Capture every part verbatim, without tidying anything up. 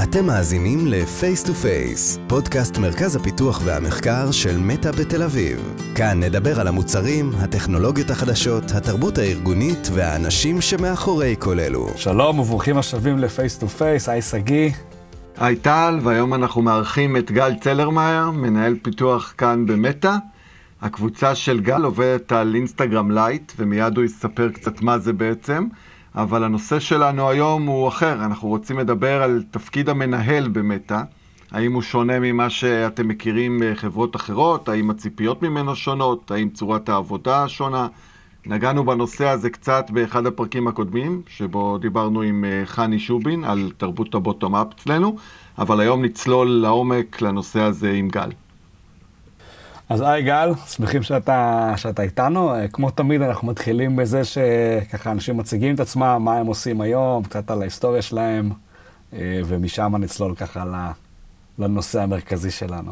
אתם מאזינים ל-Face to Face, פודקאסט מרכז הפיתוח והמחקר של מטא בתל אביב. כאן נדבר על המוצרים, הטכנולוגיות החדשות, התרבות הארגונית והאנשים שמאחורי כל אלו. שלום וברוכים השבים ל-Face to Face, היי סגי. היי טל, והיום אנחנו מארחים את גל צלרמייר, מנהל פיתוח כאן במטא. הקבוצה של גל עובדת על אינסטגרם לייט, ומיד הוא יספר קצת מה זה בעצם. אבל הנושא שלנו היום הוא אחר, אנחנו רוצים לדבר על תפקיד המנהל במטא, האם הוא שונה ממה שאתם מכירים בחברות אחרות, האם הציפיות ממנו שונות, האם צורת העבודה שונה. נגענו בנושא הזה קצת באחד הפרקים הקודמים, שבו דיברנו עם חני שובין על תרבות הבוטום-אפ אצלנו, אבל היום נצלול לעומק לנושא הזה עם גל. אז היי גל, שמחים שאתה, שאתה איתנו. כמו תמיד אנחנו מתחילים בזה שככה אנשים מציגים את עצמם, מה הם עושים היום, קצת על ההיסטוריה שלהם, ומשם נצלול ככה לנושא המרכזי שלנו.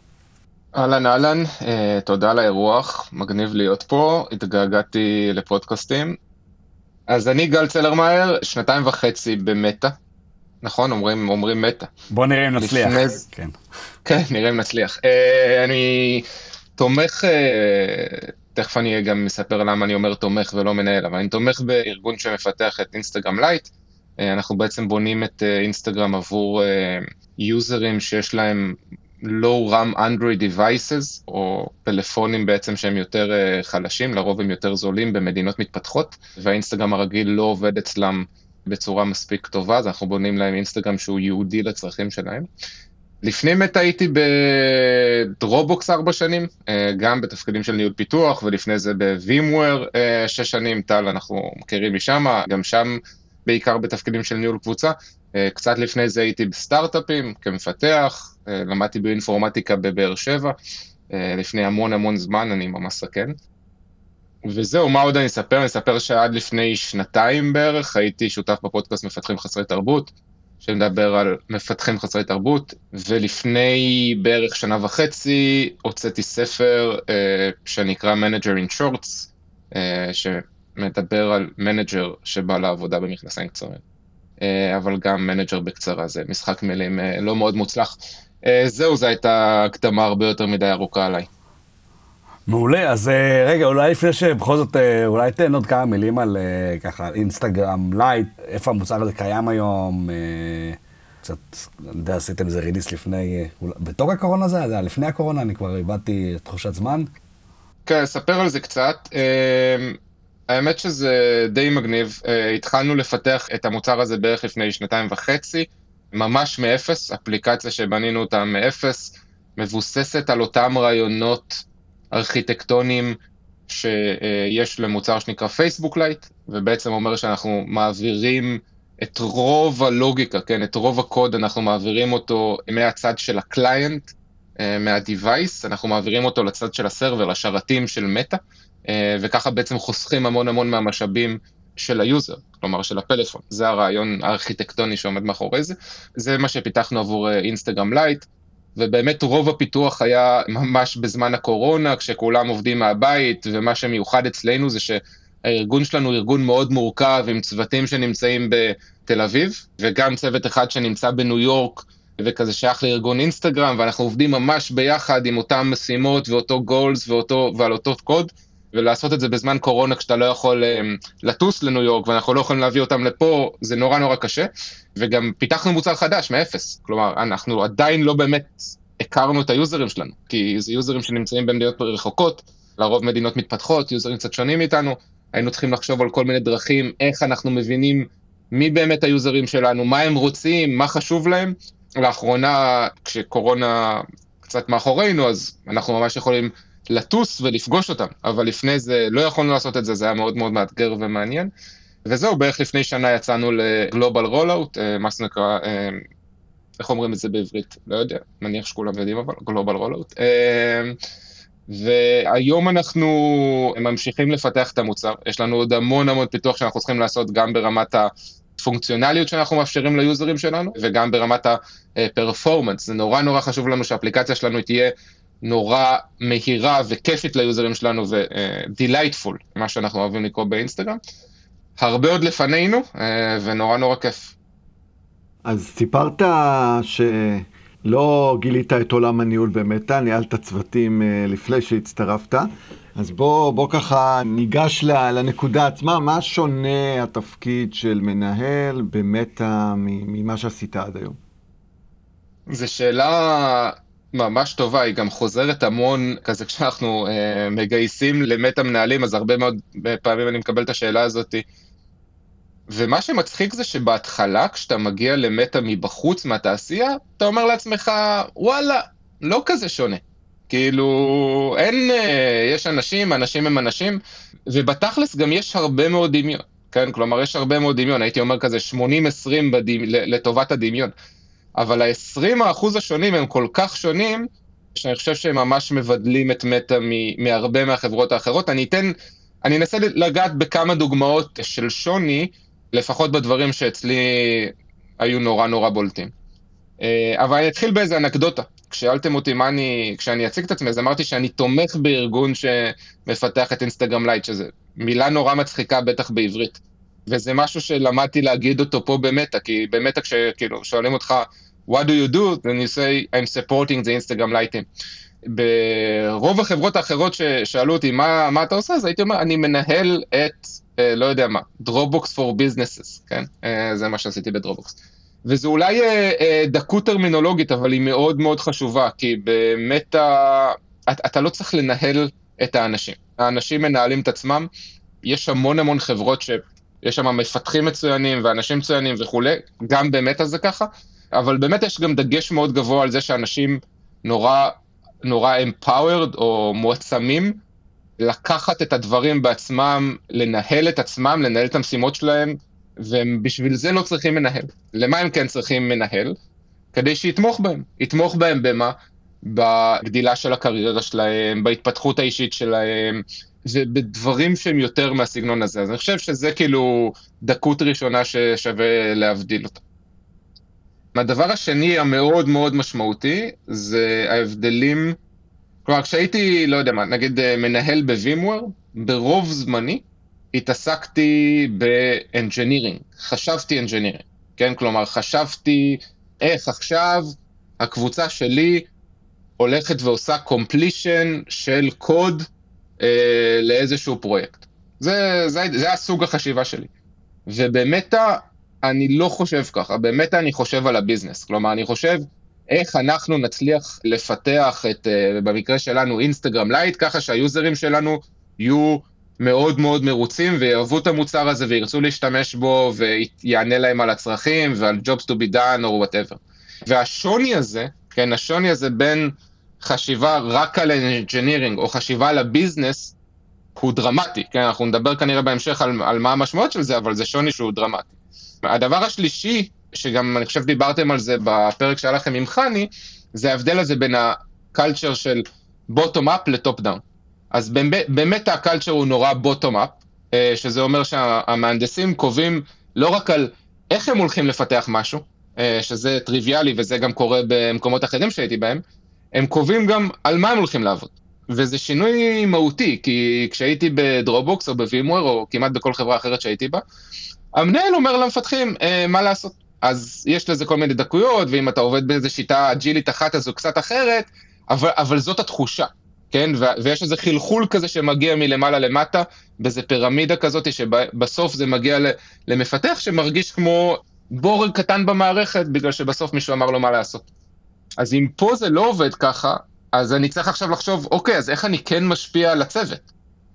אהלן אהלן, תודה על האירוח, מגניב להיות פה, התגעגעתי לפודקאסטים. אז אני גל צלרמייר, שנתיים וחצי במטא, נכון? אומרים, אומרים מטא. בוא נראה אם נצליח. לפני... כן. כן, נראה אם נצליח. אני תומך, תכף אני גם מספר למה אני אומר תומך ולא מנהל, אבל אני תומך בארגון שמפתח את אינסטגרם לייט. אנחנו בעצם בונים את אינסטגרם עבור יוזרים שיש להם low RAM Android devices, או פלאפונים בעצם שהם יותר חלשים, לרוב הם יותר זולים במדינות מתפתחות, והאינסטגרם הרגיל לא עובד אצלם בצורה מספיק טובה, אז אנחנו בונים להם אינסטגרם שהוא יהודי לצרכים שלהם. לפני מטא הייתי בדרובוקס ארבע שנים, גם בתפקידים של ניהול פיתוח, ולפני זה בווימוור שש שנים, טל, אנחנו מכירים משם, גם שם בעיקר בתפקידים של ניהול קבוצה. קצת לפני זה הייתי בסטארט-אפים כמפתח, למדתי באינפורמטיקה בבאר שבע, לפני המון המון זמן, אני ממש סכן. וזהו, מה עוד אני אספר? אני אספר שעד לפני שנתיים בערך הייתי שותף בפודקאסט מפתחים חסרי תרבות, שמדבר על מפתחים חסרי תרבות, ולפני בערך שנה וחצי הוצאתי ספר אה, שנקרא Manager in Shorts, אה, שמדבר על מנג'ר שבא לעבודה במכנסיים קצרים. אה, אבל גם מנג'ר בקצרה, זה משחק מילים אה, לא מאוד מוצלח. אה, זהו, זו הייתה הקדמה הרבה יותר מדי ארוכה עליי. מעולה, אז רגע, אולי לפני שבכל זאת, אולי תן עוד כמה מילים על ככה אינסטגרם לייט, איפה המוצר הזה קיים היום, קצת, אני יודע, עשיתם איזה ריליס לפני, בתור הקורונה זה, זה היה לפני הקורונה, אני כבר איבדתי תחושת זמן. כן, אספר על זה קצת, האמת שזה די מגניב, התחלנו לפתח את המוצר הזה בערך לפני שנתיים וחצי, ממש מאפס, אפליקציה שבנינו אותה מאפס, מבוססת על אותם רעיונות, ארכיטקטונים שיש למוצר שנקרא פייסבוק לייט, ובעצם אומר שאנחנו מעבירים את רוב הלוגיקה, כן, את רוב הקוד, אנחנו מעבירים אותו מהצד של הקליינט, מהדיווייס, אנחנו מעבירים אותו לצד של הסרבר, לשרתים של מטא, וככה בעצם חוסכים המון המון מהמשאבים של היוזר, כלומר של הפלאפון. זה הרעיון הארכיטקטוני שעומד מאחורי זה. זה מה שפיתחנו עבור אינסטגרם לייט, ובאמת רוב הפיתוח היה ממש בזמן הקורונה, כשכולם עובדים מהבית, ומה שמיוחד אצלנו זה שהארגון שלנו הוא ארגון מאוד מורכב, עם צוותים שנמצאים בתל אביב, וגם צוות אחד שנמצא בניו יורק, וכזה שייך לארגון אינסטגרם, ואנחנו עובדים ממש ביחד עם אותם משימות, ואותו גולס, ואותו, ועל אותו קוד, ולעשות את זה בזמן קורונה, כשאתה לא יכול לטוס לניו יורק, ואנחנו לא יכולים להביא אותם לפה, זה נורא נורא קשה, וגם פיתחנו מוצר חדש, מאפס. כלומר, אנחנו עדיין לא באמת הכרנו את היוזרים שלנו, כי זה יוזרים שנמצאים במדינות רחוקות, לרוב מדינות מתפתחות, יוזרים קצת שונים מאיתנו, היינו צריכים לחשוב על כל מיני דרכים, איך אנחנו מבינים מי באמת היוזרים שלנו, מה הם רוצים, מה חשוב להם. לאחרונה, כשקורונה קצת מאחורינו, אז אנחנו ממש יכולים לטוס ולפגוש אותם, אבל לפני זה לא יכולנו לעשות את זה, זה היה מאוד מאוד מאתגר ומעניין, וזהו, בערך לפני שנה יצאנו לגלובל רולאוט, מה שנקרא, איך אומרים את זה בעברית? לא יודע, מניח שכולם יודעים, אבל גלובל רולאוט, והיום אנחנו ממשיכים לפתח את המוצר, יש לנו עוד המון המון פיתוח שאנחנו צריכים לעשות, גם ברמת הפונקציונליות שאנחנו מאפשרים ליוזרים שלנו, וגם ברמת הפרפורמנס, זה נורא נורא חשוב לנו שהאפליקציה שלנו תהיה נורא מהירה וכיפית ליוזרים שלנו ו-delightful, מה שאנחנו אוהבים לקרוא באינסטגרם. הרבה עוד לפנינו, ונורא נורא כיף. אז סיפרת שלא גילית את עולם הניהול במטה, ניהלת צוותים לפני שהצטרפת, אז בוא, בוא ככה ניגש לנקודה עצמה, מה שונה התפקיד של מנהל במטה ממה שעשית עד היום? זו שאלה ממש טובה, היא גם חוזרת המון, כזה כשאנחנו אה, מגייסים למטה מנהלים, אז הרבה מאוד פעמים אני מקבל את השאלה הזאת, ומה שמצחיק זה שבהתחלה, כשאתה מגיע למטה מבחוץ מהתעשייה, אתה אומר לעצמך, וואלה, לא כזה שונה. כאילו, אין, יש אנשים, אנשים הם אנשים, ובתכלס גם יש הרבה מאוד דמיון, כן? כלומר, יש הרבה מאוד דמיון, הייתי אומר כזה שמונים עשרים בדמ... לטובת הדמיון. אבל ה-עשרים אחוז השונים הם כל כך שונים, שאני חושב שהם ממש מבדלים את מטה מ... מהרבה מהחברות האחרות. אני אתן, אני אנסה לגעת בכמה דוגמאות של שוני, לפחות בדברים שאצלי היו נורא נורא בולטים. אבל אני אתחיל באיזה אנקדוטה. כשאלתם אותי מה אני, כשאני אציג את עצמי, אז אמרתי שאני תומך בארגון שמפתח את אינסטגרם לייט, שזה מילה נורא מצחיקה בטח בעברית. וזה משהו שלמדתי להגיד אותו פה במטה, כי במטה כשכאילו שואלים אותך, what do you do? then you say, I'm supporting the Instagram Lite. ברוב החברות האחרות ששאלו אותי, מה, מה אתה עושה? אז הייתי אומר, אני מנהל את, אה, לא יודע מה, Dropbox for Businesses, כן? אה, זה מה שעשיתי בדרופבוקס. וזו אולי אה, אה, דקות טרמינולוגית, אבל היא מאוד מאוד חשובה, כי באמת, אתה, אתה לא צריך לנהל את האנשים. האנשים מנהלים את עצמם, יש המון המון חברות ש... יש שם מפתחים מצוינים ואנשים מצוינים וכולי, גם באמת זה ככה, אבל באמת יש גם דגש מאוד גבוה על זה שאנשים נורא, נורא empowered או מועצמים, לקחת את הדברים בעצמם, לנהל את עצמם, לנהל את המשימות שלהם, ובשביל זה לא צריכים מנהל. למה הם כן צריכים מנהל? כדי שיתמוך בהם. יתמוך בהם במה? בגדילה של הקריירה שלהם, בהתפתחות האישית שלהם, ובדברים שהם יותר מהסגנון הזה. אז אני חושב שזה כאילו דקות ראשונה ששווה להבדיל אותה. הדבר השני המאוד מאוד משמעותי, זה ההבדלים, כלומר, כשהייתי, לא יודע מה, נגיד מנהל בווימוור, ברוב זמני התעסקתי באנג'ינירינג, חשבתי אנג'ינירינג, כן? כלומר, חשבתי איך עכשיו הקבוצה שלי הולכת ועושה completion של קוד אה, לאיזשהו פרויקט. זה, זה, זה הסוג החשיבה שלי. ובאמת אני לא חושב ככה, באמת אני חושב על הביזנס. כלומר, אני חושב איך אנחנו נצליח לפתח את, אה, במקרה שלנו, אינסטגרם לייט, ככה שהיוזרים שלנו יהיו מאוד מאוד מרוצים ויאהבו את המוצר הזה וירצו להשתמש בו ויענה להם על הצרכים ועל jobs to be done or whatever. והשוני הזה, כן, השוני הזה בין חשיבה רק על engineering או חשיבה על הביזנס, הוא דרמטי, כן, אנחנו נדבר כנראה בהמשך על, על מה המשמעות של זה, אבל זה שוני שהוא דרמטי. הדבר השלישי, שגם אני חושב דיברתם על זה בפרק שהיה לכם עם חני, זה ההבדל הזה בין הקלצ'ר של bottom-up לטופ-דאון. אז באמת הקלצ'ר הוא נורא bottom-up, שזה אומר שהמהנדסים קובעים לא רק על איך הם הולכים לפתח משהו, שזה טריוויאלי וזה גם קורה במקומות אחרים שהייתי בהם, הם קובעים גם על מה הם הולכים לעבוד. וזה שינוי מהותי, כי כשהייתי בדרופבוקס או בווימוור, או כמעט בכל חברה אחרת שהייתי בה, המנהל אומר למפתחים אה, מה לעשות. אז יש לזה כל מיני דקויות, ואם אתה עובד באיזו שיטה אג'ילית אחת, אז זו קצת אחרת, אבל, אבל זאת התחושה, כן? ו- ויש איזה חלחול כזה שמגיע מלמעלה למטה, באיזה פירמידה כזאת, שבסוף זה מגיע למפתח שמרגיש כמו בורג קטן במערכת, בגלל שבסוף מישהו אמר לו מה לעשות. אז אם פה זה לא עובד ככה, אז אני צריך עכשיו לחשוב, אוקיי, אז איך אני כן משפיע על הצוות?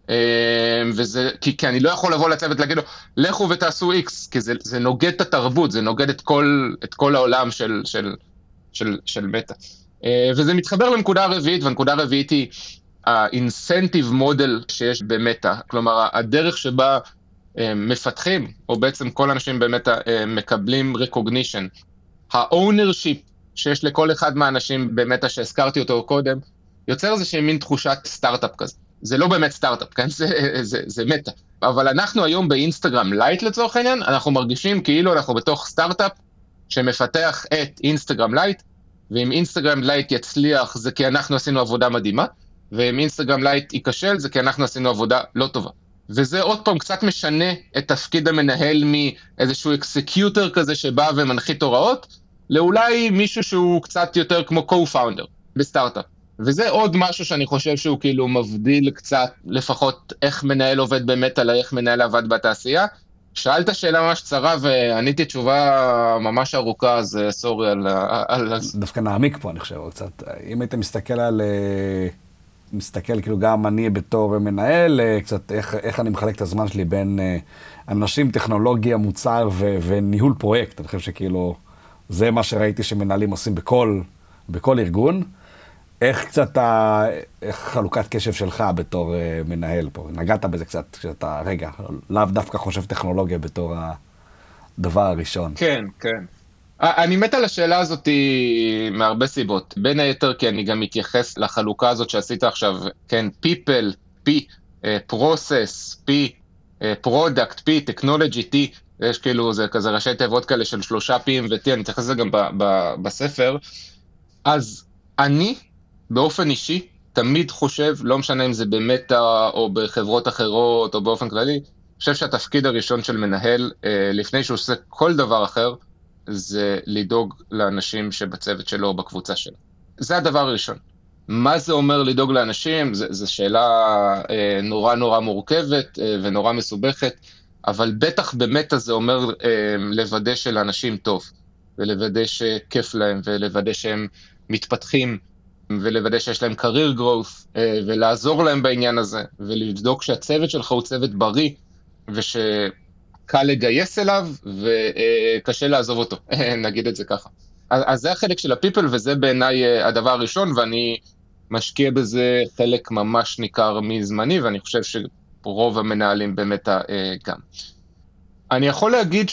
וזה, כי, כי אני לא יכול לבוא לצוות להגיד לו, לכו ותעשו X, כי זה, זה נוגד את התרבות, זה נוגד את כל, את כל העולם של, של, של, של מטה. וזה מתחבר לנקודה הרביעית, והנקודה הרביעית היא ה-incentive model שיש במטה, כלומר, הדרך שבה מפתחים, או בעצם כל אנשים במטה מקבלים recognition, ה-ownership שיש לכל אחד מהאנשים במטה שהזכרתי אותו קודם, יוצר איזושהי מין תחושת סטארט-אפ כזה. זה לא באמת סטארט-אפ, כן? זה, זה, זה מטה. אבל אנחנו היום באינסטגרם לייט לצורך העניין, אנחנו מרגישים כאילו אנחנו בתוך סטארט-אפ שמפתח את אינסטגרם לייט, ואם אינסטגרם לייט יצליח זה כי אנחנו עשינו עבודה מדהימה, ואם אינסטגרם לייט ייכשל זה כי אנחנו עשינו עבודה לא טובה. וזה עוד פעם קצת משנה את תפקיד המנהל מאיזשהו אקסקיוטר כזה שבא ומנחית הוראות, לאולי מישהו שהוא קצת יותר כמו co-founder בסטארט-אפ. וזה עוד משהו שאני חושב שהוא כאילו מבדיל קצת, לפחות איך מנהל עובד באמת על איך מנהל עבד בתעשייה. שאלת שאלה ממש צרה ועניתי תשובה ממש ארוכה, אז סורי על... על... דווקא נעמיק פה, אני חושב, קצת. אם היית מסתכל על... מסתכל כאילו גם אני בתור מנהל, קצת איך, איך אני מחלק את הזמן שלי בין אנשים, טכנולוגיה, מוצר ו, וניהול פרויקט. אני חושב שכאילו זה מה שראיתי שמנהלים עושים בכל, בכל ארגון. איך קצת, ה, איך חלוקת קשב שלך בתור מנהל פה? נגעת בזה קצת, כשאתה, רגע, לאו דווקא חושב טכנולוגיה בתור הדבר הראשון. כן, כן. אני מת על השאלה הזאת מהרבה סיבות. בין היתר כי אני גם מתייחס לחלוקה הזאת שעשית עכשיו, כן, people, P, process, P, product, P, technology, T, יש כאילו, זה כזה ראשי תיבות כאלה של שלושה P'ים ו-T, אני מתייחס לזה גם ב- ב- בספר. אז אני, באופן אישי, תמיד חושב, לא משנה אם זה במטה או בחברות אחרות או באופן כללי, חושב שהתפקיד הראשון של מנהל, לפני שהוא עושה כל דבר אחר, זה לדאוג לאנשים שבצוות שלו או בקבוצה שלו. זה הדבר הראשון. מה זה אומר לדאוג לאנשים? זו שאלה אה, נורא נורא מורכבת אה, ונורא מסובכת, אבל בטח במטה זה אומר אה, לוודא שלאנשים טוב, ולוודא שכיף להם, ולוודא שהם מתפתחים, ולוודא שיש להם career growth, אה, ולעזור להם בעניין הזה, ולבדוק שהצוות שלך הוא צוות בריא, וש... קל לגייס אליו, וקשה לעזוב אותו, נגיד את זה ככה. אז זה החלק של הפיפל, וזה בעיניי הדבר הראשון, ואני משקיע בזה חלק ממש ניכר מזמני, ואני חושב שרוב המנהלים באמת גם. אני יכול להגיד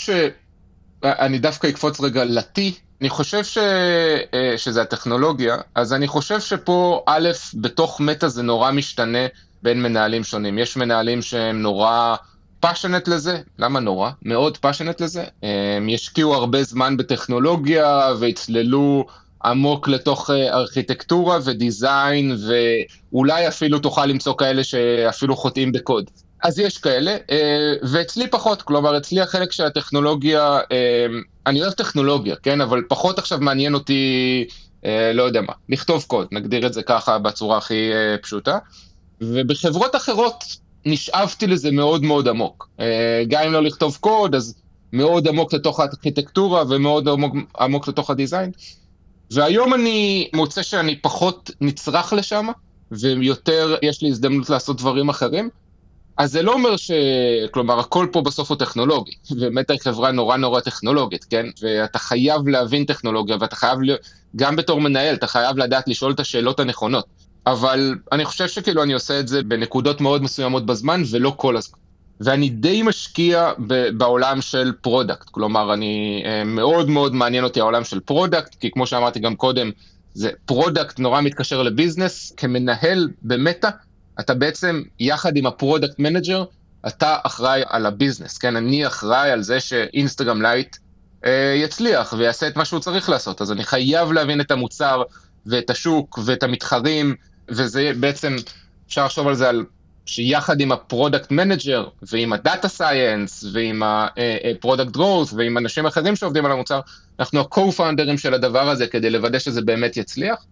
שאני דווקא אקפוץ רגע לתי, אני חושב ש... שזה הטכנולוגיה, אז אני חושב שפה א', בתוך מטה זה נורא משתנה בין מנהלים שונים. יש מנהלים שהם נורא... פאשנט לזה, למה נורא? מאוד פאשנט לזה. הם ישקיעו הרבה זמן בטכנולוגיה והצללו עמוק לתוך ארכיטקטורה ודיזיין, ואולי אפילו תוכל למצוא כאלה שאפילו חוטאים בקוד. אז יש כאלה, ואצלי פחות, כלומר אצלי החלק של הטכנולוגיה, אני אוהב טכנולוגיה, כן? אבל פחות עכשיו מעניין אותי, לא יודע מה, לכתוב קוד, נגדיר את זה ככה בצורה הכי פשוטה. ובחברות אחרות, נשאבתי לזה מאוד מאוד עמוק. גם אם לא לכתוב קוד, אז מאוד עמוק לתוך הארכיטקטורה ומאוד עמוק, עמוק לתוך הדיזיין. והיום אני מוצא שאני פחות נצרך לשם, ויותר יש לי הזדמנות לעשות דברים אחרים. אז זה לא אומר ש... כלומר, הכל פה בסוף הוא טכנולוגי, ובאמת החברה נורא נורא טכנולוגית, כן? ואתה חייב להבין טכנולוגיה, ואתה חייב, גם בתור מנהל, אתה חייב לדעת לשאול את השאלות הנכונות. אבל אני חושב שכאילו אני עושה את זה בנקודות מאוד מסוימות בזמן, ולא כל הזמן. ואני די משקיע בעולם של פרודקט, כלומר, אני מאוד מאוד מעניין אותי העולם של פרודקט, כי כמו שאמרתי גם קודם, זה פרודקט נורא מתקשר לביזנס, כמנהל במטה, אתה בעצם, יחד עם הפרודקט מנג'ר, אתה אחראי על הביזנס, כן? אני אחראי על זה שאינסטגרם לייט אה, יצליח ויעשה את מה שהוא צריך לעשות, אז אני חייב להבין את המוצר ואת השוק ואת המתחרים, וזה בעצם, אפשר לחשוב על זה על שיחד עם הפרודקט מנג'ר ועם הדאטה סייאנס ועם הפרודקט גרוס ועם אנשים אחרים שעובדים על המוצר, אנחנו ה-co-founders של הדבר הזה כדי לוודא שזה באמת יצליח.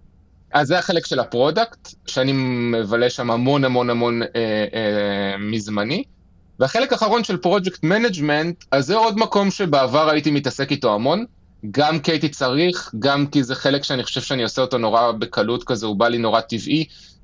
אז זה החלק של הפרודקט, שאני מבלה שם המון המון המון אה, אה, מזמני. והחלק האחרון של פרויקט מנג'מנט, אז זה עוד מקום שבעבר הייתי מתעסק איתו המון, גם כי הייתי צריך, גם כי זה חלק שאני חושב שאני עושה אותו נורא בקלות כזה, הוא בא לי נורא טבעי,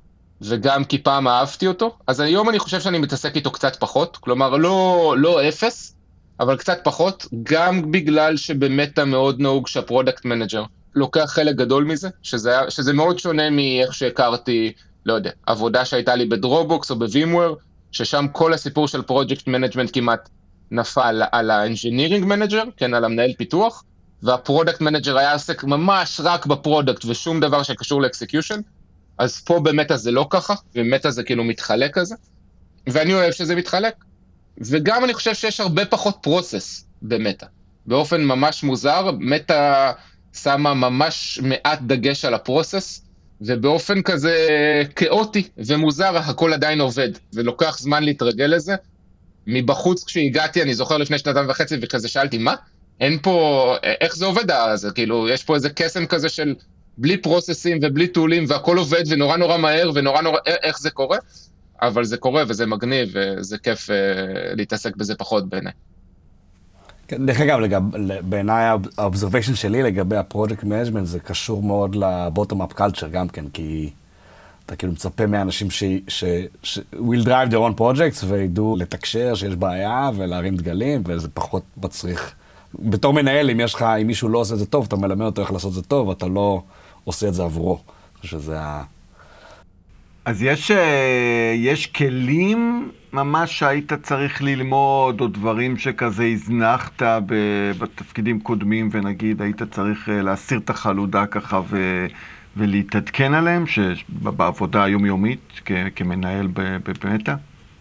וגם כי פעם אהבתי אותו. אז היום אני חושב שאני מתעסק איתו קצת פחות, כלומר לא, לא אפס, אבל קצת פחות, גם בגלל שבאמת מאוד נהוג שהפרודקט מנג'ר לוקח חלק גדול מזה, שזה, שזה מאוד שונה מאיך שהכרתי, לא יודע, עבודה שהייתה לי בדרובוקס או בווימוור, ששם כל הסיפור של פרויקט מנג'מנט כמעט נפל על האנג'ינירינג מנג'ר, כן, על המנהל פיתוח, והפרודקט מנג'ר היה עסק ממש רק בפרודקט ושום דבר שקשור לאקסקיושן, אז פה במטה זה לא ככה, ומטה זה כאילו מתחלק כזה, ואני אוהב שזה מתחלק, וגם אני חושב שיש הרבה פחות פרוסס במטה, באופן ממש מוזר, מטה שמה ממש מעט דגש על הפרוסס, ובאופן כזה כאוטי ומוזר, הכל עדיין עובד, ולוקח זמן להתרגל לזה. מבחוץ כשהגעתי, אני זוכר לפני שנתיים וחצי, וכזה שאלתי, מה? אין פה, איך זה עובד? אז כאילו, יש פה איזה קסם כזה של בלי פרוססים ובלי טולים, והכל עובד ונורא נורא מהר, ונורא נורא, איך זה קורה? אבל זה קורה וזה מגניב, וזה כיף אה, להתעסק בזה פחות בעיניי. דרך אגב, בעיניי האובזרוויישן שלי לגבי הפרויקט מנג'מנט זה קשור מאוד לבוטום-אפ קלצ'ר גם כן, כי אתה כאילו מצפה מאנשים ש... ש... ש... will drive their own projects וידעו לתקשר שיש בעיה ולהרים דגלים, וזה פחות מצריך. בתור מנהל, אם יש לך, אם מישהו לא עושה את זה טוב, אתה מלמד אותו איך לעשות את זה טוב, אתה לא עושה את זה עבורו. שזה ה... אז יש, יש כלים ממש שהיית צריך ללמוד, או דברים שכזה הזנחת בתפקידים קודמים, ונגיד היית צריך להסיר את החלודה ככה ו, ולהתעדכן עליהם, שבעבודה היומיומית כ, כמנהל במטה?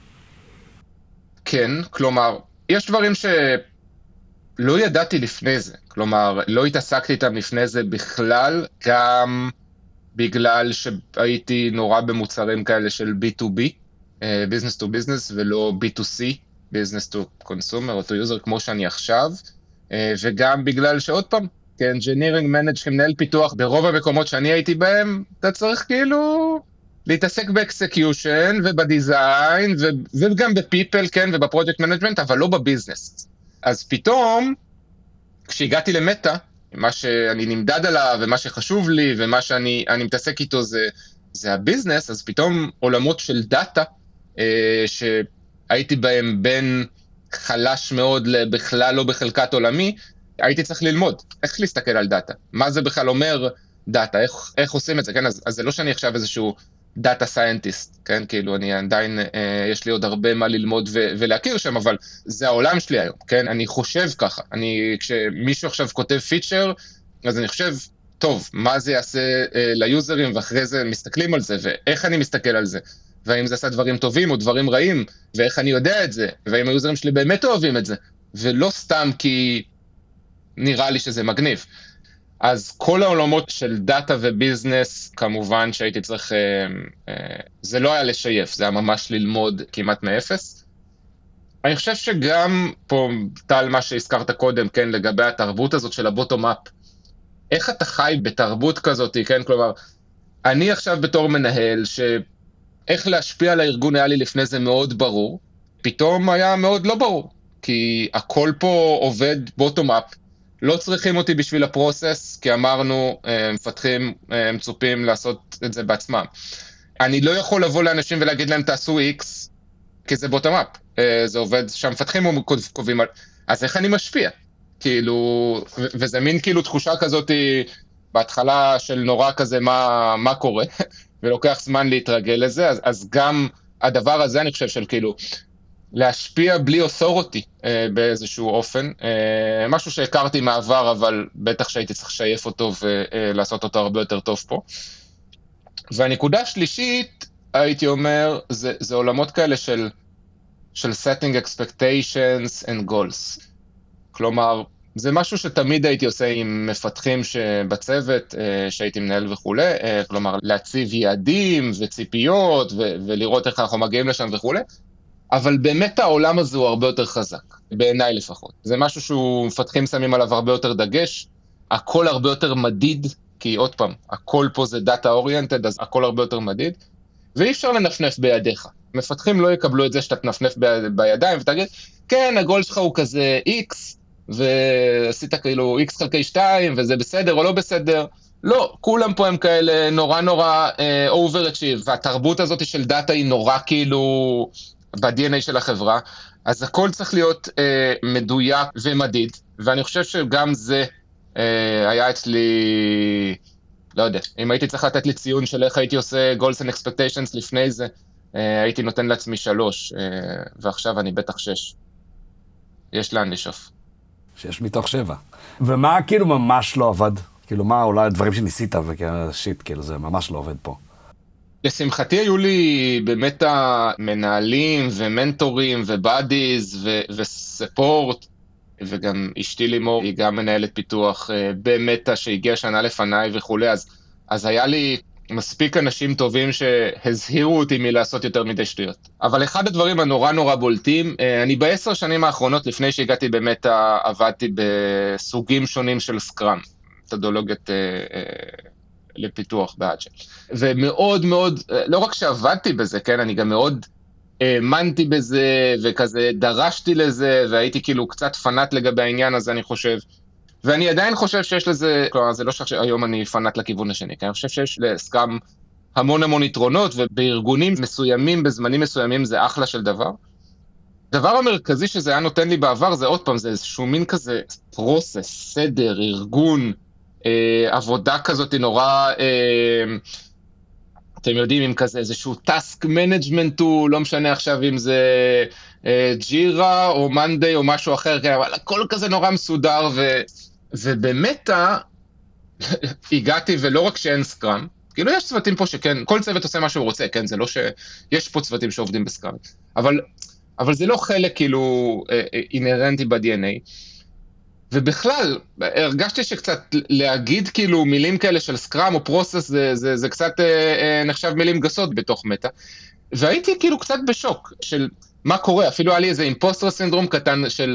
כן, כלומר, יש דברים שלא ידעתי לפני זה, כלומר, לא התעסקתי איתם לפני זה בכלל, גם בגלל שהייתי נורא במוצרים כאלה של בי טו בי, business to business, ולא בי טו סי, business to consumer או to user, כמו שאני עכשיו, וגם בגלל שעוד פעם, כ-engineering manager, כמנהל פיתוח, ברוב המקומות שאני הייתי בהם, אתה צריך כאילו להתעסק ב-execution ובדיזיין, וגם ב-people, כן, ובפרויקט מנג'מנט, אבל לא בביזנס. אז פתאום, כשהגעתי למטה, מה שאני נמדד עליו, ומה שחשוב לי, ומה שאני אני מתעסק איתו זה, זה הביזנס, אז פתאום עולמות של דאטה, אה, שהייתי בהם בין חלש מאוד בכלל לא בחלקת עולמי, הייתי צריך ללמוד איך להסתכל על דאטה. מה זה בכלל אומר דאטה, איך, איך עושים את זה, כן? אז, אז זה לא שאני עכשיו איזשהו דאטה סיינטיסט, כן? כאילו אני עדיין, אה, יש לי עוד הרבה מה ללמוד ו- ולהכיר שם, אבל זה העולם שלי היום, כן? אני חושב ככה, אני, כשמישהו עכשיו כותב פיצ'ר, אז אני חושב, טוב, מה זה יעשה אה, ליוזרים, ואחרי זה מסתכלים על זה, ואיך אני מסתכל על זה, והאם זה עשה דברים טובים או דברים רעים, ואיך אני יודע את זה, והאם היוזרים שלי באמת אוהבים את זה, ולא סתם כי נראה לי שזה מגניב. אז כל העולמות של דאטה וביזנס, כמובן שהייתי צריך, אה, אה, זה לא היה לשייף, זה היה ממש ללמוד כמעט מאפס. אני חושב שגם פה, טל, מה שהזכרת קודם, כן, לגבי התרבות הזאת של הבוטום-אפ, איך אתה חי בתרבות כזאת, כן, כלומר, אני עכשיו בתור מנהל, שאיך להשפיע על הארגון היה לי לפני זה מאוד ברור, פתאום היה מאוד לא ברור, כי הכל פה עובד בוטום-אפ, לא צריכים אותי בשביל הפרוסס, כי אמרנו, מפתחים, מצופים לעשות את זה בעצמם. אני לא יכול לבוא לאנשים ולהגיד להם, תעשו X, כי זה בוטום-אפ. זה עובד, שהמפתחים קובעים על... אז איך אני משפיע? כאילו, וזה מין כאילו תחושה כזאת, בהתחלה של נורא כזה, מה, מה קורה, ולוקח זמן להתרגל לזה, אז, אז גם הדבר הזה, אני חושב, של כאילו, להשפיע בלי authority אה, באיזשהו אופן, אה, משהו שהכרתי מעבר, אבל בטח שהייתי צריך לשייף אותו ולעשות אותו הרבה יותר טוב פה. והנקודה השלישית, הייתי אומר, זה, זה עולמות כאלה של, של setting expectations and goals. כלומר, זה משהו שתמיד הייתי עושה עם מפתחים שבצוות, אה, שהייתי מנהל וכו', אה, כלומר, להציב יעדים וציפיות ו- ולראות איך אנחנו מגיעים לשם וכו'. אבל באמת העולם הזה הוא הרבה יותר חזק, בעיניי לפחות. זה משהו שהוא מפתחים שמים עליו הרבה יותר דגש, הכל הרבה יותר מדיד, כי עוד פעם, הכל פה זה דאטה אוריינטד, אז הכל הרבה יותר מדיד, ואי אפשר לנפנף בידיך. מפתחים לא יקבלו את זה שאתה תנפנף ב- בידיים, ותגיד, כן, הגול שלך הוא כזה X, ועשית כאילו X חלקי שתיים, וזה בסדר או לא בסדר. לא, כולם פה הם כאלה נורא נורא אה, overachieve, והתרבות הזאת של דאטה היא נורא כאילו... ב-די אן איי של החברה, אז הכל צריך להיות אה, מדויק ומדיד, ואני חושב שגם זה אה, היה אצלי, לא יודע, אם הייתי צריך לתת לי ציון של איך הייתי עושה goals and expectations לפני זה, אה, הייתי נותן לעצמי שלוש, אה, ועכשיו אני בטח שש. יש לאן לשאוף. שש מתוך שבע. ומה כאילו ממש לא עבד? כאילו מה אולי הדברים שניסית ושיט, כאילו זה ממש לא עובד פה. לשמחתי היו לי באמת המנהלים ומנטורים ובאדיז וספורט, וגם אשתי לימור, היא גם מנהלת פיתוח במטה שהגיעה שנה לפניי וכו', אז, אז היה לי מספיק אנשים טובים שהזהירו אותי מלעשות יותר מדי שטויות. אבל אחד הדברים הנורא נורא בולטים, אני בעשר שנים האחרונות, לפני שהגעתי באמת, עבדתי בסוגים שונים של סקראם, מתודולוגיית לפיתוח באג'ל. ומאוד מאוד, לא רק שעבדתי בזה, כן, אני גם מאוד האמנתי בזה, וכזה דרשתי לזה, והייתי כאילו קצת פנאט לגבי העניין הזה, אני חושב. ואני עדיין חושב שיש לזה, כלומר, זה לא שהיום אני פנאט לכיוון השני, כי אני חושב שיש לסקראם המון המון יתרונות, ובארגונים מסוימים, בזמנים מסוימים, זה אחלה של דבר. הדבר המרכזי שזה היה נותן לי בעבר, זה עוד פעם, זה איזשהו מין כזה פרוסס, סדר, ארגון, אה, עבודה כזאת נורא, אה, אתם יודעים, עם כזה איזשהו task management tool, לא משנה עכשיו אם זה אה, ג'ירה או מנדי או משהו אחר, כן, אבל הכל כזה נורא מסודר, ו, ובאמת הגעתי, ולא רק שאין סקראם, כאילו יש צוותים פה שכן, כל צוות עושה מה שהוא רוצה, כן, זה לא שיש פה צוותים שעובדים בסקראם, אבל, אבל זה לא חלק כאילו אינרנטי ב-די אן איי, ובכלל, הרגשתי שקצת להגיד כאילו מילים כאלה של סקראם או פרוסס, זה, זה, זה קצת אה, אה, נחשב מילים גסות בתוך מטה, והייתי כאילו קצת בשוק של מה קורה, אפילו היה לי איזה אימפוסטר סינדרום קטן של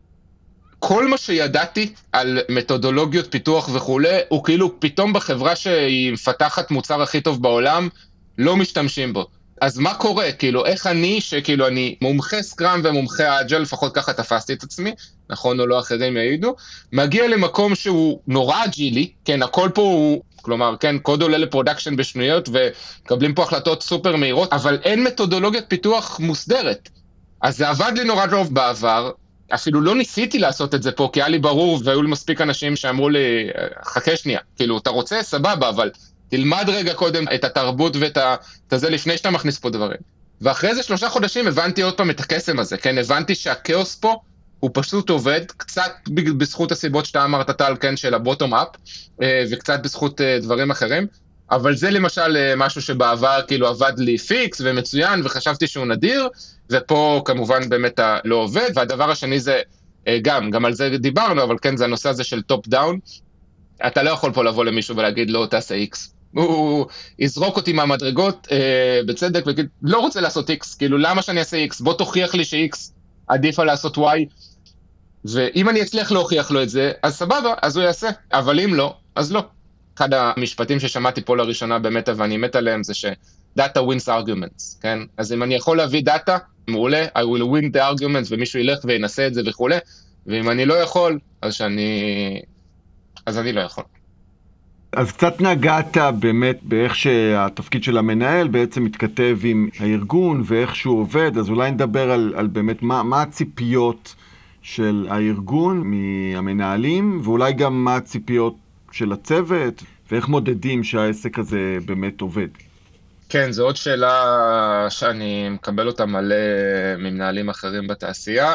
כל מה שידעתי על מתודולוגיות פיתוח וכו', הוא כאילו פתאום בחברה שהיא מפתחת מוצר הכי טוב בעולם, לא משתמשים בו. אז מה קורה? כאילו, איך אני, שכאילו אני מומחה סקראם ומומחה אג'ל, לפחות ככה תפסתי את עצמי, נכון או לא אחרים יעידו, מגיע למקום שהוא נורא אג'ילי, כן, הכל פה הוא, כלומר, כן, קוד עולה לפרודקשן בשנויות, ומקבלים פה החלטות סופר מהירות, אבל אין מתודולוגיית פיתוח מוסדרת. אז זה עבד לי נורא טוב בעבר, אפילו לא ניסיתי לעשות את זה פה, כי היה לי ברור, והיו לי מספיק אנשים שאמרו לי, חכה שנייה, כאילו, אתה רוצה? סבבה, אבל תלמד רגע קודם את התרבות ואת זה לפני שאתה מכניס פה דברים. ואחרי זה שלושה חודשים הבנתי עוד פעם את הקסם הזה, כן? הבנתי שהכאוס פה הוא פשוט עובד, קצת בזכות הסיבות שאתה אמרת טל, כן, של הבוטום אפ, וקצת בזכות דברים אחרים, אבל זה למשל משהו שבעבר כאילו עבד לי פיקס ומצוין, וחשבתי שהוא נדיר, ופה כמובן באמת לא עובד, והדבר השני זה, גם, גם על זה דיברנו, אבל כן, זה הנושא הזה של טופ דאון, אתה לא יכול פה לבוא למישהו ולהגיד, לא, תעשה איקס. הוא יזרוק אותי מהמדרגות, אה, בצדק, ויגיד, לא רוצה לעשות איקס, כאילו, למה שאני אעשה איקס? בוא תוכיח לי שאיקס עדיף על לעשות וואי, ואם אני אצליח להוכיח לו את זה, אז סבבה, אז הוא יעשה, אבל אם לא, אז לא. אחד המשפטים ששמעתי פה לראשונה במטה, ואני מת עליהם, זה ש-data wins arguments, כן? אז אם אני יכול להביא דאטה, מעולה, I will win the arguments, ומישהו ילך וינסה את זה וכו', ואם אני לא יכול, אז שאני... אז אני לא יכול. אז קצת נגעת באמת באיך שהתפקיד של המנהל בעצם מתכתב עם הארגון ואיך שהוא עובד, אז אולי נדבר על, על באמת מה, מה הציפיות של הארגון מהמנהלים, ואולי גם מה הציפיות של הצוות, ואיך מודדים שהעסק הזה באמת עובד. כן, זו עוד שאלה שאני מקבל אותה מלא ממנהלים אחרים בתעשייה.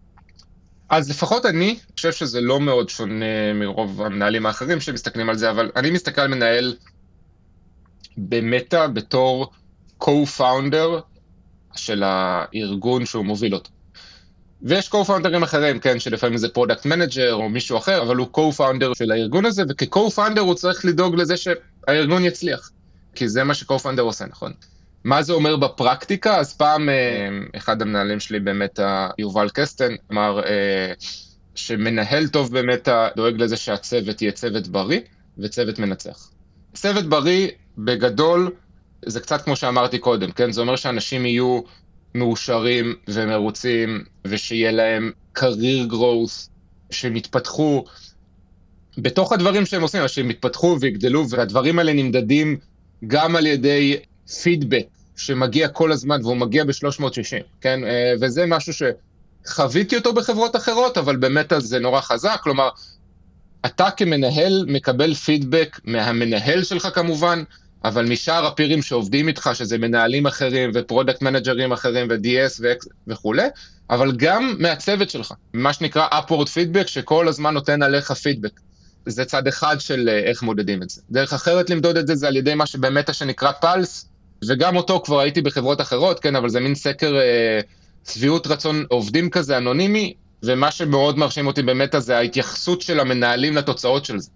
אז לפחות אני חושב שזה לא מאוד שונה מרוב המנהלים האחרים שמסתכלים על זה, אבל אני מסתכל על מנהל במטה בתור co-founder של הארגון שהוא מוביל אותו. ויש co-founderים אחרים, כן, שלפעמים זה product manager או מישהו אחר, אבל הוא co-founder של הארגון הזה, וכ-co-founder הוא צריך לדאוג לזה שהארגון יצליח, כי זה מה ש-co-founder עושה, נכון? מה זה אומר בפרקטיקה? אז פעם אחד המנהלים שלי באמת, יובל קסטן, אמר שמנהל טוב באמת דואג לזה שהצוות יהיה צוות בריא וצוות מנצח. צוות בריא בגדול זה קצת כמו שאמרתי קודם, כן? זה אומר שאנשים יהיו מאושרים ומרוצים ושיהיה להם career growth, שמתפתחו בתוך הדברים שהם עושים, שהם מתפתחו ויגדלו, והדברים האלה נמדדים גם על ידי פידבק שמגיע כל הזמן, והוא מגיע ב-שלוש מאות ושישים, כן? וזה משהו שחוויתי אותו בחברות אחרות, אבל באמת זה נורא חזק, כלומר, אתה כמנהל מקבל פידבק מהמנהל שלך כמובן, אבל משאר הפירים שעובדים איתך, שזה מנהלים אחרים ופרודקט מנג'רים אחרים ו-די אס וכו', אבל גם מהצוות שלך, מה שנקרא upward feedback, שכל הזמן נותן עליך פידבק. זה צד אחד של איך מודדים את זה. דרך אחרת למדוד את זה, זה על ידי מה שבאמת שנקרא פלס, וגם אותו כבר הייתי בחברות אחרות, כן, אבל זה מין סקר אה, צביעות רצון עובדים כזה אנונימי, ומה שמאוד מרשים אותי באמת זה ההתייחסות של המנהלים לתוצאות של זה.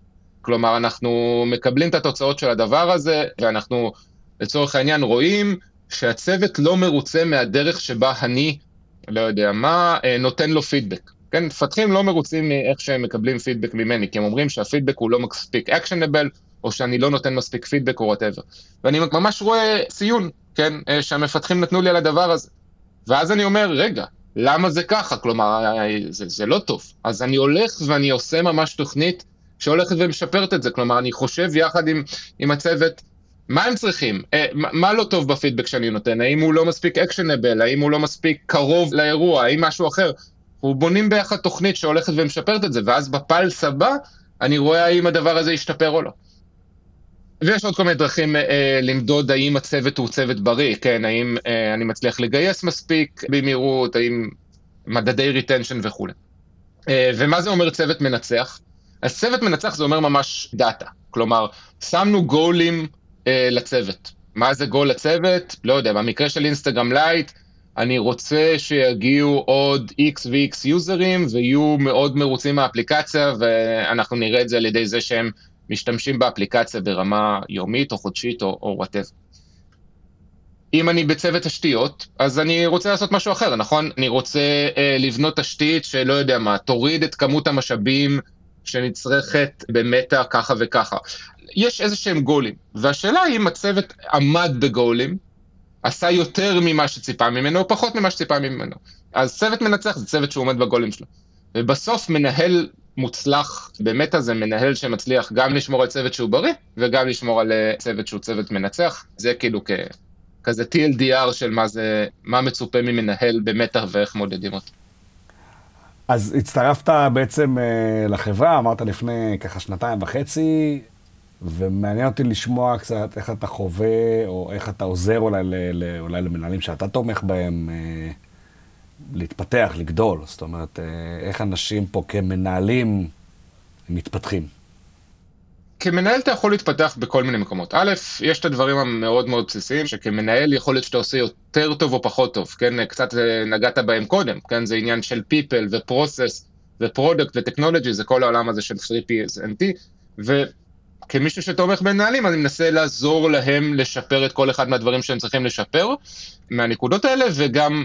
כלומר, אנחנו מקבלים את התוצאות של הדבר הזה, ואנחנו לצורך העניין רואים שהצוות לא מרוצה מהדרך שבה אני, לא יודע מה, נותן לו פידבק. כן, מפתחים לא מרוצים מאיך שהם מקבלים פידבק ממני, כי הם אומרים שהפידבק הוא לא מספיק actionable, או שאני לא נותן מספיק פידבק או whatever. ואני ממש רואה ציון, כן, שהמפתחים נתנו לי על הדבר הזה. ואז אני אומר, רגע, למה זה ככה? כלומר, זה, זה לא טוב. אז אני הולך ואני עושה ממש תוכנית שהולכת ומשפרת את זה. כלומר, אני חושב יחד עם, עם הצוות, מה הם צריכים? מה לא טוב בפידבק שאני נותן? האם הוא לא מספיק actionable? האם הוא לא מספיק קרוב לאירוע? האם משהו אחר? אנחנו בונים ביחד תוכנית שהולכת ומשפרת את זה, ואז בפלס הבא אני רואה האם הדבר הזה ישתפר או לא. ויש עוד כל מיני דרכים אה, למדוד האם הצוות הוא צוות בריא, כן, האם אה, אני מצליח לגייס מספיק במהירות, האם מדדי ריטנשן וכו'. אה, ומה זה אומר צוות מנצח? אז צוות מנצח זה אומר ממש דאטה, כלומר, שמנו גולים אה, לצוות. מה זה גול לצוות? לא יודע, במקרה של אינסטגרם לייט, אני רוצה שיגיעו עוד X ו-X יוזרים, ויהיו מאוד מרוצים מהאפליקציה, ואנחנו נראה את זה על ידי זה שהם משתמשים באפליקציה ברמה יומית או חודשית או, או whatever. אם אני בצוות תשתיות, אז אני רוצה לעשות משהו אחר, נכון? אני רוצה אה, לבנות תשתית שלא יודע מה, תוריד את כמות המשאבים שנצרכת במטה ככה וככה. יש איזה שהם גולים, והשאלה היא אם הצוות עמד בגולים, עשה יותר ממה שציפה ממנו, או פחות ממה שציפה ממנו. אז צוות מנצח זה צוות שהוא עומד בגולים שלו. ובסוף מנהל מוצלח, באמת זה מנהל שמצליח גם לשמור על צוות שהוא בריא, וגם לשמור על צוות שהוא צוות מנצח. זה כאילו כ... כזה טי אל די אר של מה זה, מה מצופה ממנהל באמת ואיך מודדים אותו. אז הצטרפת בעצם לחברה, אמרת לפני ככה שנתיים וחצי, ומעניין אותי לשמוע קצת איך אתה חווה, או איך אתה עוזר אולי, אולי למנהלים שאתה תומך בהם, להתפתח, לגדול. זאת אומרת, איך אנשים פה כמנהלים מתפתחים? כמנהל אתה יכול להתפתח בכל מיני מקומות. א', יש את הדברים המאוד מאוד בסיסיים, שכמנהל יכול להיות שאתה עושה יותר טוב או פחות טוב, כן? קצת נגעת בהם קודם, כן? זה עניין של people ו-process ו-product ו-technology, זה כל העולם הזה של three P's and T, וכמישהו שתומך במנהלים, אני מנסה לעזור להם לשפר את כל אחד מהדברים שהם צריכים לשפר, מהנקודות האלה, וגם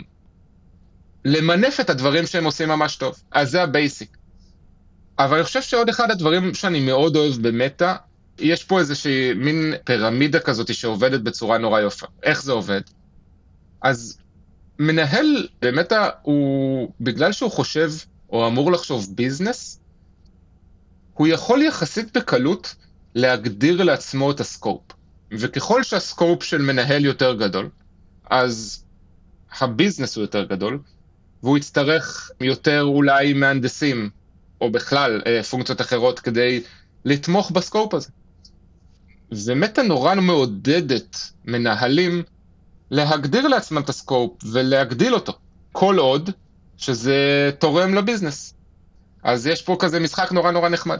למנף את הדברים שהם עושים ממש טוב. אז זה הבייסיק. אבל אני חושב שעוד אחד הדברים שאני מאוד אוהב במטה, יש פה איזושהי מין פירמידה כזאת שעובדת בצורה נורא יפה. איך זה עובד? אז מנהל במטה הוא, בגלל שהוא חושב, או אמור לחשוב ביזנס, הוא יכול יחסית בקלות להגדיר לעצמו את הסקופ. וככל שהסקופ של מנהל יותר גדול, אז הביזנס הוא יותר גדול, והוא יצטרך יותר אולי מהנדסים, או בכלל פונקציות אחרות כדי לתמוך בסקופ הזה. ומטה נורא מעודדת מנהלים להגדיר לעצמם את הסקופ ולהגדיל אותו, כל עוד שזה תורם לביזנס. אז יש פה כזה משחק נורא נורא נחמד.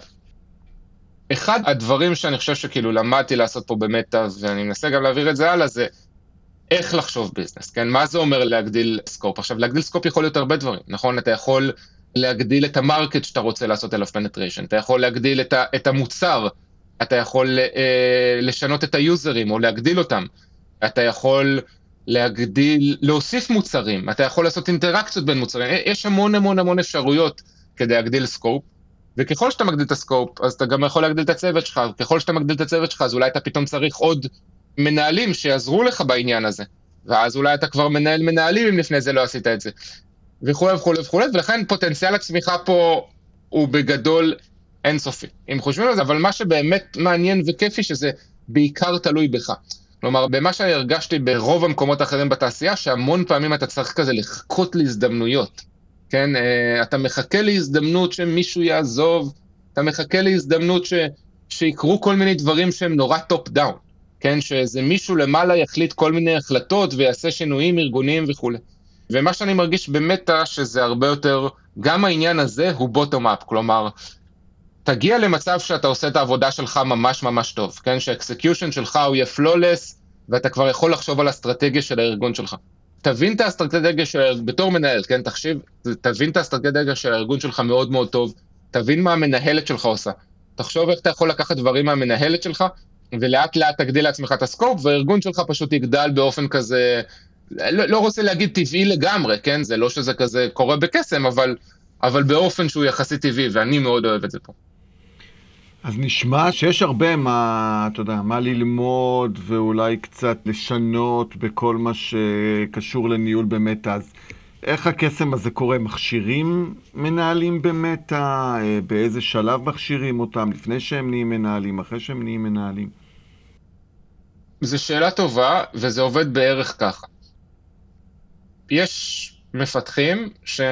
אחד הדברים שאני חושב שכאילו למדתי לעשות פה במטה, ואני מנסה גם להעביר את זה הלאה, זה איך לחשוב ביזנס, כן? מה זה אומר להגדיל סקופ? עכשיו, להגדיל סקופ יכול להיות הרבה דברים, נכון? אתה יכול להגדיל את המרקט שאתה רוצה לעשות אליו פנטריישן, אתה יכול להגדיל את, ה, את המוצר, אתה יכול אה, לשנות את היוזרים או להגדיל אותם, אתה יכול להגדיל, להוסיף מוצרים, אתה יכול לעשות אינטראקציות בין מוצרים, יש המון המון המון אפשרויות כדי להגדיל סקופ, וככל שאתה מגדיל את הסקופ, אז אתה גם יכול להגדיל את הצוות שלך, וככל שאתה מגדיל את הצוות שלך, אז אולי אתה פתאום צריך עוד מנהלים שיעזרו לך בעניין הזה, ואז אולי אתה כבר מנהל מנהלים אם לפני זה לא עשית את זה. וכו' וכו' וכו', ולכן פוטנציאל הצמיחה פה הוא בגדול אינסופי. אם חושבים על זה, אבל מה שבאמת מעניין וכיפי שזה בעיקר תלוי בך. כלומר, במה שהרגשתי ברוב המקומות האחרים בתעשייה, שהמון פעמים אתה צריך כזה לחכות להזדמנויות. כן, אתה מחכה להזדמנות שמישהו יעזוב, אתה מחכה להזדמנות ש... שיקרו כל מיני דברים שהם נורא טופ דאון. כן, שזה מישהו למעלה יחליט כל מיני החלטות ויעשה שינויים ארגוניים וכו'. ומה שאני מרגיש במטה שזה הרבה יותר, גם העניין הזה הוא בוטום אפ, כלומר, תגיע למצב שאתה עושה את העבודה שלך ממש ממש טוב, כן? שהאקסקיושן שלך הוא יהיה פלולס, ואתה כבר יכול לחשוב על האסטרטגיה של הארגון שלך. תבין את האסטרטגיה של, בתור מנהל, כן? תחשיב, תבין את האסטרטגיה של הארגון שלך מאוד מאוד טוב, תבין מה המנהלת שלך עושה, תחשוב איך אתה יכול לקחת דברים מהמנהלת שלך, ולאט לאט תגדיל לעצמך את הסקופ, והארגון שלך פשוט יגדל באופן כזה, לא, לא רוצה להגיד טבעי לגמרי, כן? זה לא שזה כזה קורה בקסם, אבל, אבל באופן שהוא יחסית טבעי, ואני מאוד אוהב את זה פה. אז נשמע שיש הרבה מה, אתה יודע, מה ללמוד ואולי קצת לשנות בכל מה שקשור לניהול במטה. אז איך הקסם הזה קורה? מכשירים מנהלים במטה? באיזה שלב מכשירים אותם? לפני שהם נהיים מנהלים? אחרי שהם נהיים מנהלים? זו שאלה טובה, וזה עובד בערך ככה. יש מפתחים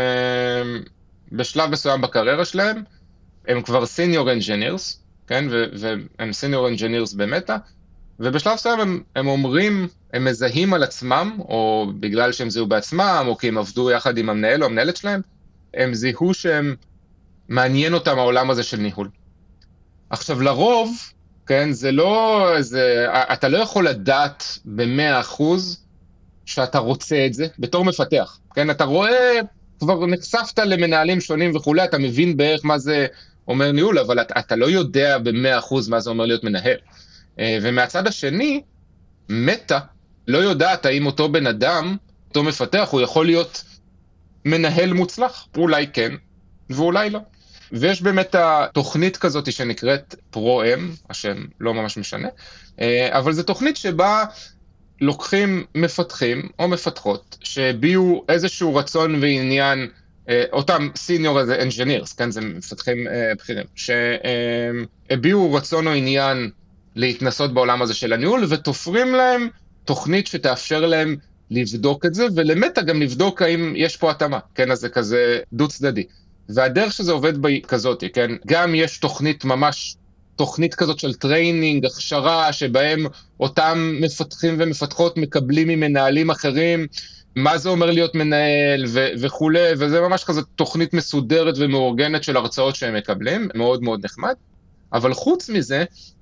שבשלב מסוים בקריירה שלהם, הם כבר senior engineers, כן? והם senior engineers במטה, ובשלב מסוים הם, הם אומרים, הם מזהים על עצמם, או בגלל שהם זיהו בעצמם, או כי הם עבדו יחד עם המנהל או המנהלת שלהם, הם זיהו שהם מעניין אותם העולם הזה של ניהול. עכשיו, לרוב, כן, זה לא, זה, אתה לא יכול לדעת במאה אחוז שאתה רוצה את זה בתור מפתח, כן? אתה רואה, כבר נחשפת למנהלים שונים וכולי, אתה מבין בערך מה זה אומר ניהול, אבל אתה, אתה לא יודע במאה אחוז מה זה אומר להיות מנהל. ומהצד השני, מטה לא יודעת האם אותו בן אדם, אותו מפתח, הוא יכול להיות מנהל מוצלח. אולי כן, ואולי לא. ויש באמת התוכנית כזאת שנקראת פרו-אם, השם לא ממש משנה, אבל זו תוכנית שבה לוקחים מפתחים או מפתחות שהביאו איזשהו רצון ועניין, אותם senior engineers, כן, זה מפתחים בכירים, שהביאו רצון או עניין להתנסות בעולם הזה של הניהול, ותופרים להם תוכנית שתאפשר להם לבדוק את זה, ולמטה גם לבדוק האם יש פה התאמה, כן, אז זה כזה דו צדדי. והדרך שזה עובד בה כזאת, כן, גם יש תוכנית ממש, תוכנית כזאת של טריינינג, הכשרה, שבהם אותם מפתחים ומפתחות מקבלים ממנהלים אחרים, מה זה אומר להיות מנהל ו- וכולי, וזה ממש כזה תוכנית מסודרת ומאורגנת של הרצאות שהם מקבלים, מאוד מאוד נחמד. אבל חוץ מזה,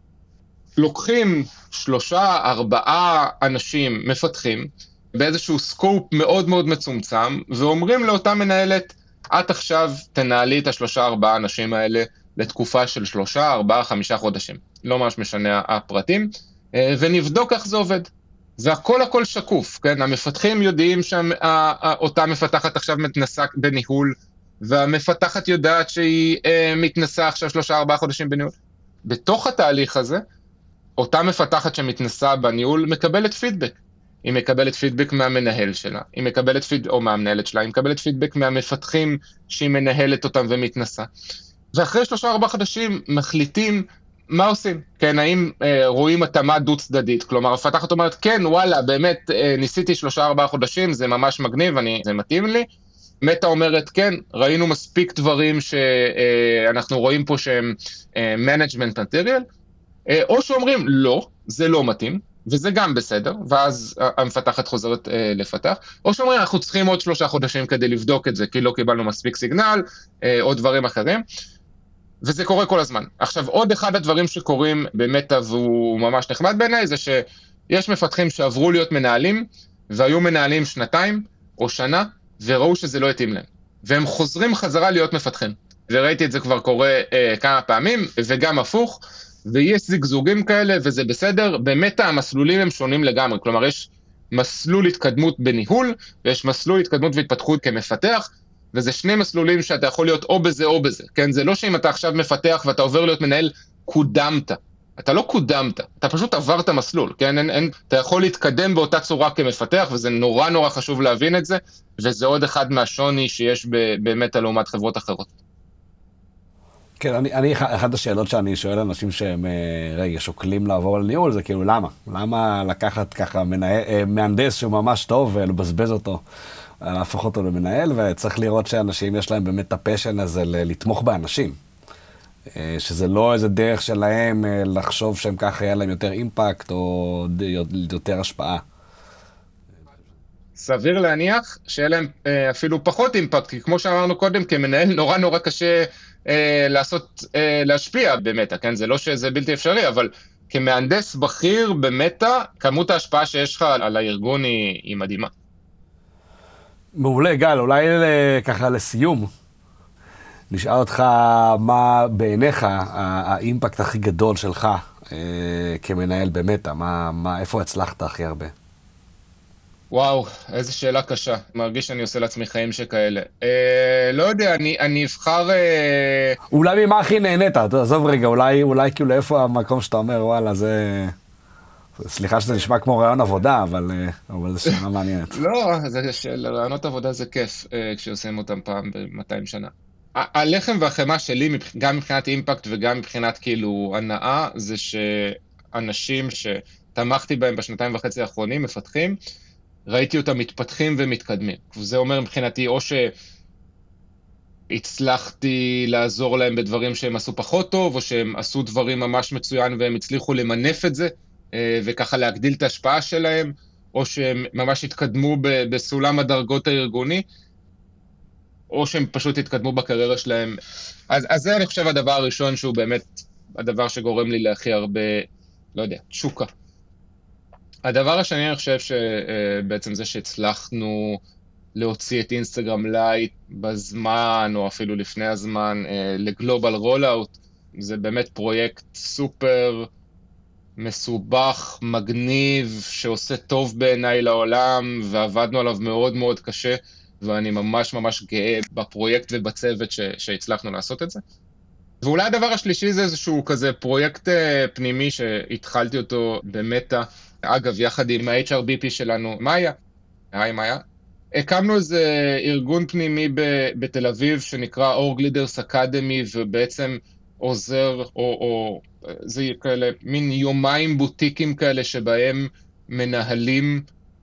לוקחים שלושה, ארבעה אנשים מפתחים, באיזשהו סקופ מאוד מאוד מצומצם, ואומרים לאותה מנהלת, את עכשיו תנהלי את השלושה, ארבעה אנשים האלה, לתקופה של שלושה, ארבעה, חמישה חודשים. לא ממש משנה הפרטים, ונבדוק איך זה עובד. והכל הכל שקוף, כן? המפתחים יודעים שאותה מפתחת עכשיו מתנסה בניהול, והמפתחת יודעת שהיא מתנסה עכשיו שלושה, ארבעה חודשים בניהול. בתוך התהליך הזה, אותה מפתחת שמתנסה בניהול מקבלת פידבק. היא מקבלת פידבק מהמנהל שלה, היא מקבלת פידבק, או מהמנהלת שלה, היא מקבלת פידבק מהמפתחים שהיא מנהלת אותם ומתנסה. ואחרי שלושה ארבעה חודשים מחליטים מה עושים. כן, האם אה, רואים התאמה דו צדדית, כלומר, הפתחת אומרת, כן, וואלה, באמת אה, ניסיתי שלושה ארבעה חודשים, זה ממש מגניב, אני, זה מתאים לי. מטה אומרת, כן, ראינו מספיק דברים שאנחנו אה, רואים פה שהם אה, management material, אה, או שאומרים, לא, זה לא מתאים, וזה גם בסדר, ואז המפתחת חוזרת אה, לפתח, או שאומרים, אנחנו צריכים עוד שלושה חודשים כדי לבדוק את זה, כי לא קיבלנו מספיק סיגנל, אה, או דברים אחרים, וזה קורה כל הזמן. עכשיו, עוד אחד הדברים שקורים במטה, והוא ממש נחמד בעיניי, זה שיש מפתחים שעברו להיות מנהלים, והיו מנהלים שנתיים או שנה, וראו שזה לא התאים להם. והם חוזרים חזרה להיות מפתחים. וראיתי את זה כבר קורה אה, כמה פעמים, וגם הפוך, ויש זיגזוגים כאלה, וזה בסדר. במטה המסלולים הם שונים לגמרי. כלומר, יש מסלול התקדמות בניהול, ויש מסלול התקדמות והתפתחות כמפתח, וזה שני מסלולים שאתה יכול להיות או בזה או בזה. כן, זה לא שאם אתה עכשיו מפתח ואתה עובר להיות מנהל, קודמת. אתה לא קודמת, אתה פשוט עברת מסלול, כן? אין, אין, אתה יכול להתקדם באותה צורה כמפתח, וזה נורא נורא חשוב להבין את זה, וזה עוד אחד מהשוני שיש במטה לעומת חברות אחרות. כן, אני, אני, אחת השאלות שאני שואל אנשים שהם, רגע, שוקלים לעבור על ניהול, זה כאילו, למה? למה לקחת ככה מנהל, מהנדס שהוא ממש טוב ולבזבז אותו, להפוך אותו למנהל, וצריך לראות שאנשים יש להם באמת את הפשן הזה לתמוך באנשים. שזה לא איזה דרך שלהם לחשוב שהם ככה יהיה להם יותר אימפקט או יותר השפעה. סביר להניח שיהיה להם אפילו פחות אימפקט, כי כמו שאמרנו קודם, כמנהל נורא נורא קשה לעשות, להשפיע במטה, כן? זה לא שזה בלתי אפשרי, אבל כמהנדס בכיר במטה, כמות ההשפעה שיש לך על הארגון היא, היא מדהימה. מעולה, גל, אולי ככה לסיום. נשאל אותך מה בעיניך האימפקט הכי גדול שלך כמנהל במטה, מה, מה, איפה הצלחת הכי הרבה? וואו, איזו שאלה קשה. מרגיש שאני עושה לעצמי חיים שכאלה. אה, לא יודע, אני, אני אבחר... אה... אולי ממה הכי נהנית? תעזוב רגע, אולי, אולי כאילו איפה המקום שאתה אומר, וואלה, זה... סליחה שזה נשמע כמו רעיון עבודה, אבל, אבל זה שאלה מעניינת. לא, זה של רעיונות עבודה זה כיף, אה, כשעושים אותם פעם ב-מאתיים שנה. ה- הלחם והחמה שלי, גם מבחינת אימפקט וגם מבחינת כאילו הנאה, זה שאנשים שתמכתי בהם בשנתיים וחצי האחרונים, מפתחים, ראיתי אותם מתפתחים ומתקדמים. זה אומר מבחינתי, או שהצלחתי לעזור להם בדברים שהם עשו פחות טוב, או שהם עשו דברים ממש מצוין והם הצליחו למנף את זה, וככה להגדיל את ההשפעה שלהם, או שהם ממש התקדמו בסולם הדרגות הארגוני, או שהם פשוט התקדמו בקריירה שלהם. אז, אז זה אני חושב הדבר הראשון שהוא באמת הדבר שגורם לי להכי הרבה, לא יודע, תשוקה. הדבר השני, אני חושב שבעצם זה שהצלחנו להוציא את אינסטגרם לייט בזמן, או אפילו לפני הזמן, לגלובל רולאוט, זה באמת פרויקט סופר מסובך, מגניב, שעושה טוב בעיניי לעולם, ועבדנו עליו מאוד מאוד קשה, ואני ממש ממש גאה בפרויקט ובצוות ש- שהצלחנו לעשות את זה. ואולי הדבר השלישי זה איזשהו כזה פרויקט פנימי שהתחלתי אותו במטה, אגב, יחד עם ה-אייץ' אר בי פי שלנו, מאיה, היי מאיה, הקמנו איזה ארגון פנימי ב- בתל אביב שנקרא Org Leaders Academy, ובעצם עוזר, או, או זה כאלה, מין יומיים בוטיקים כאלה שבהם מנהלים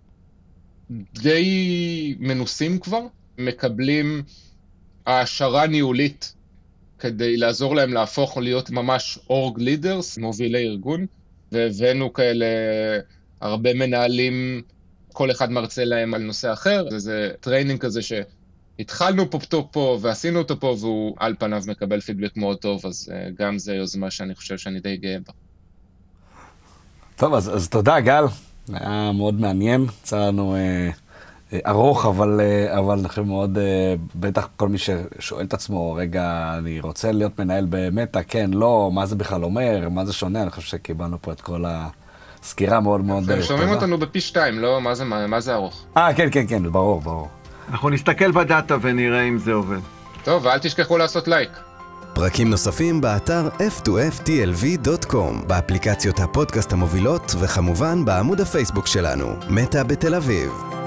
די מנוסים כבר, מקבלים העשרה ניהולית כדי לעזור להם להפוך להיות ממש Org Leaders, מובילי ארגון, והבאנו כאלה הרבה מנהלים, כל אחד מרצה להם על נושא אחר, זה, זה טריינינג כזה שהתחלנו פה פה פה ועשינו אותו פה, והוא על פניו מקבל פידבק מאוד טוב, אז גם זה יוזמה שאני חושב שאני די גאה בה. טוב, אז, אז תודה גל, היה מאוד מעניין, יצא לנו אה, אה, ארוך, אבל, אה, אבל אני חושב מאוד, אה, בטח כל מי ששואל את עצמו, רגע, אני רוצה להיות מנהל במטה, כן, לא, מה זה בכלל אומר, מה זה שונה, אני חושב שקיבלנו פה את כל הסקירה מאוד מאוד טובה. אתם שומעים אותנו בפי שתיים, לא? מה זה, מה, מה זה ארוך? אה, כן, כן, כן, ברור, ברור. אנחנו נסתכל בדאטה ונראה אם זה עובד. טוב, ואל תשכחו לעשות לייק. פרקים נוספים באתר אף טו אף טי אל וי דוט קום, באפליקציות הפודקאסט המובילות, וכמובן בעמוד הפייסבוק שלנו, מטה בתל אביב.